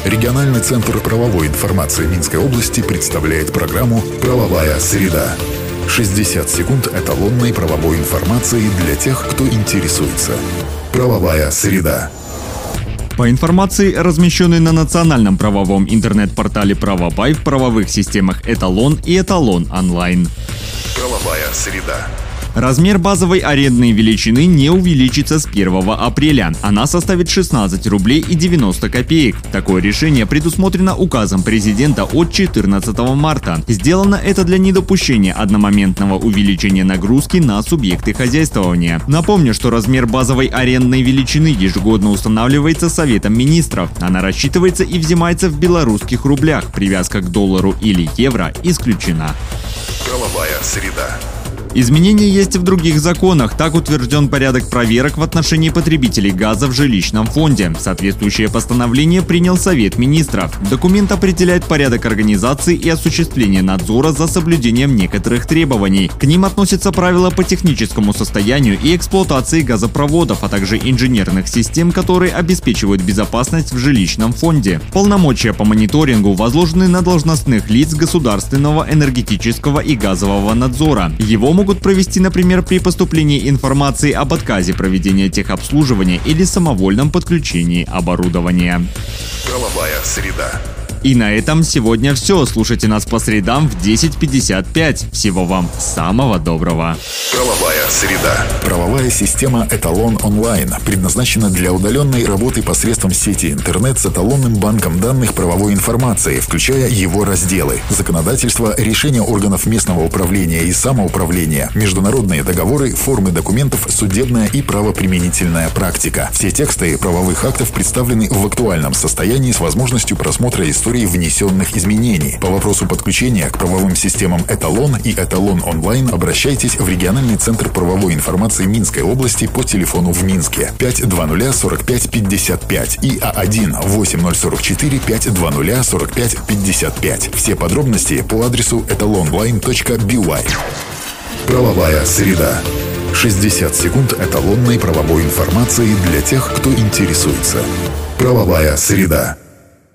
Региональный центр правовой информации Минской области представляет программу «Правовая среда». 60 секунд эталонной правовой информации для тех, кто интересуется. «Правовая среда». По информации, размещенной на национальном правовом интернет-портале «Правобай», в правовых системах «Эталон» и «Эталон онлайн». «Правовая среда». Размер базовой арендной величины не увеличится с 1 апреля. Она составит 16 рублей и 90 копеек. Такое решение предусмотрено указом президента от 14 марта. Сделано это для недопущения одномоментного увеличения нагрузки на субъекты хозяйствования. Напомню, что размер базовой арендной величины ежегодно устанавливается Советом министров. Она рассчитывается и взимается в белорусских рублях. Привязка к доллару или евро исключена. «Правовая среда». Изменения есть и в других законах. Так утвержден порядок проверок в отношении потребителей газа в жилищном фонде. Соответствующее постановление принял Совет министров. Документ определяет порядок организации и осуществления надзора за соблюдением некоторых требований. К ним относятся правила по техническому состоянию и эксплуатации газопроводов, а также инженерных систем, которые обеспечивают безопасность в жилищном фонде. Полномочия по мониторингу возложены на должностных лиц государственного энергетического и газового надзора. Его могут провести, например, при поступлении информации об отказе проведения техобслуживания или самовольном подключении оборудования. «Правовая среда». И на этом сегодня все. Слушайте нас по средам в 10:55. Всего вам самого доброго. «Правовая среда». Правовая система «Эталон онлайн» предназначена для удаленной работы посредством сети интернет с эталонным банком данных правовой информации, включая его разделы: законодательство, решения органов местного управления и самоуправления, международные договоры, формы документов, судебная и правоприменительная практика. Все тексты правовых актов представлены в актуальном состоянии с возможностью просмотра истории внесенных изменений. По вопросу подключения к правовым системам «Эталон» и «Эталон онлайн» обращайтесь в региональный центр правовой информации Минской области по телефону в Минске 520-45-55 и А1-8044-520-45-55. Все подробности по адресу etalonline.by. «Правовая среда». 60 секунд эталонной правовой информации для тех, кто интересуется. «Правовая среда».